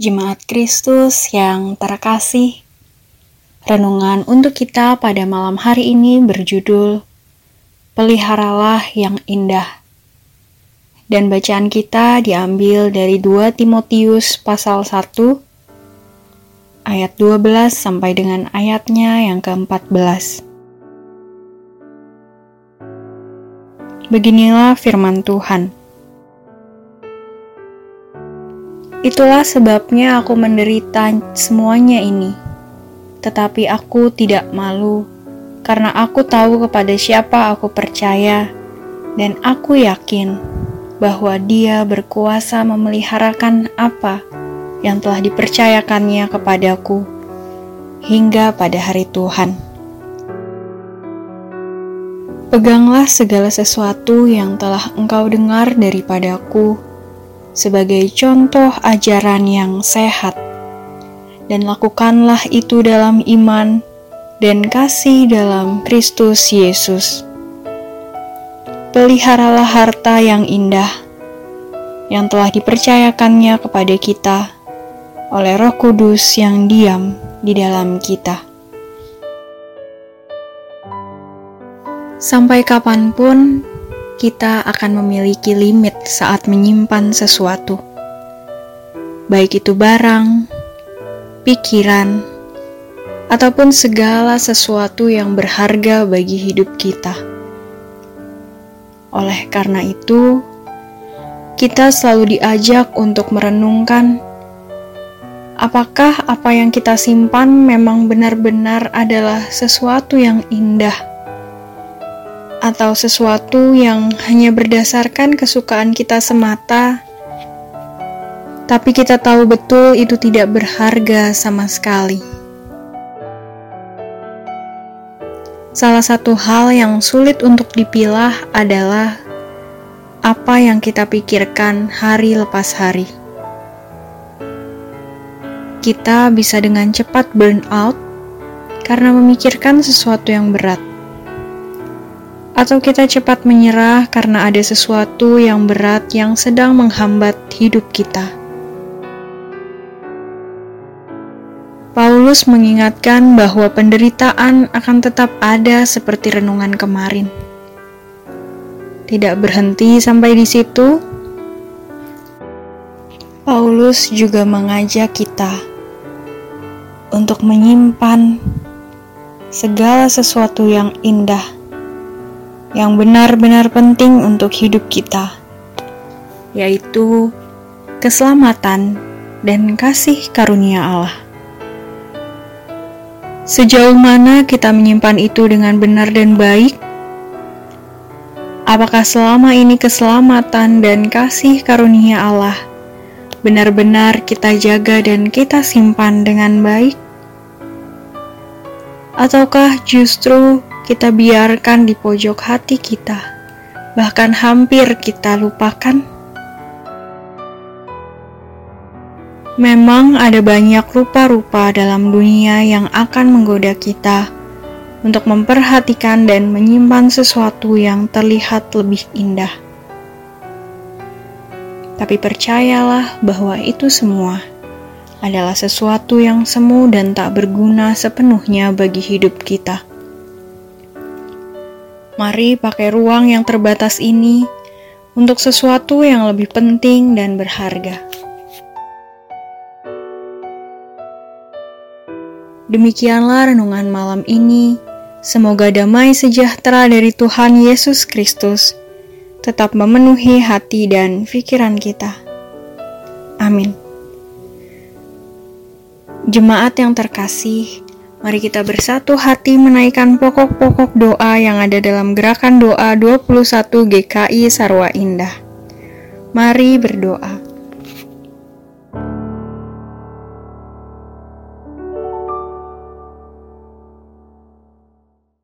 Jemaat Kristus yang terkasih, renungan untuk kita pada malam hari ini berjudul Peliharalah yang Indah. Dan bacaan kita diambil dari 2 Timotius pasal 1 ayat 12 sampai dengan ayatnya yang ke-14. Beginilah firman Tuhan. Itulah sebabnya aku menderita semuanya ini, tetapi aku tidak malu, karena aku tahu kepada siapa aku percaya, dan aku yakin bahwa Dia berkuasa memeliharakan apa yang telah dipercayakannya kepadaku hingga pada hari Tuhan. Peganglah segala sesuatu yang telah engkau dengar daripadaku sebagai contoh ajaran yang sehat, dan lakukanlah itu dalam iman dan kasih dalam Kristus Yesus. Peliharalah harta yang indah yang telah dipercayakannya kepada kita oleh Roh Kudus yang diam di dalam kita. Sampai kapanpun kita akan memiliki limit saat menyimpan sesuatu, baik itu barang, pikiran, ataupun segala sesuatu yang berharga bagi hidup kita. Oleh karena itu, kita selalu diajak untuk merenungkan apakah apa yang kita simpan memang benar-benar adalah sesuatu yang indah, atau sesuatu yang hanya berdasarkan kesukaan kita semata, tapi kita tahu betul itu tidak berharga sama sekali. Salah satu hal yang sulit untuk dipilah adalah apa yang kita pikirkan hari lepas hari. Kita bisa dengan cepat burn out karena memikirkan sesuatu yang berat. Atau kita cepat menyerah karena ada sesuatu yang berat yang sedang menghambat hidup kita. Paulus mengingatkan bahwa penderitaan akan tetap ada seperti renungan kemarin. Tidak berhenti sampai di situ, Paulus juga mengajak kita untuk menyimpan segala sesuatu yang indah, yang benar-benar penting untuk hidup kita, yaitu keselamatan dan kasih karunia Allah. Sejauh mana kita menyimpan itu dengan benar dan baik? Apakah selama ini keselamatan dan kasih karunia Allah benar-benar kita jaga dan kita simpan dengan baik? Ataukah justru kita biarkan di pojok hati kita, bahkan hampir kita lupakan? Memang ada banyak rupa-rupa dalam dunia yang akan menggoda kita untuk memperhatikan dan menyimpan sesuatu yang terlihat lebih indah. Tapi percayalah bahwa itu semua adalah sesuatu yang semu dan tak berguna sepenuhnya bagi hidup kita. Mari pakai ruang yang terbatas ini untuk sesuatu yang lebih penting dan berharga. Demikianlah renungan malam ini. Semoga damai sejahtera dari Tuhan Yesus Kristus tetap memenuhi hati dan pikiran kita. Amin. Jemaat yang terkasih, mari kita bersatu hati menaikkan pokok-pokok doa yang ada dalam gerakan doa 21 GKI Sarwa Indah. Mari berdoa.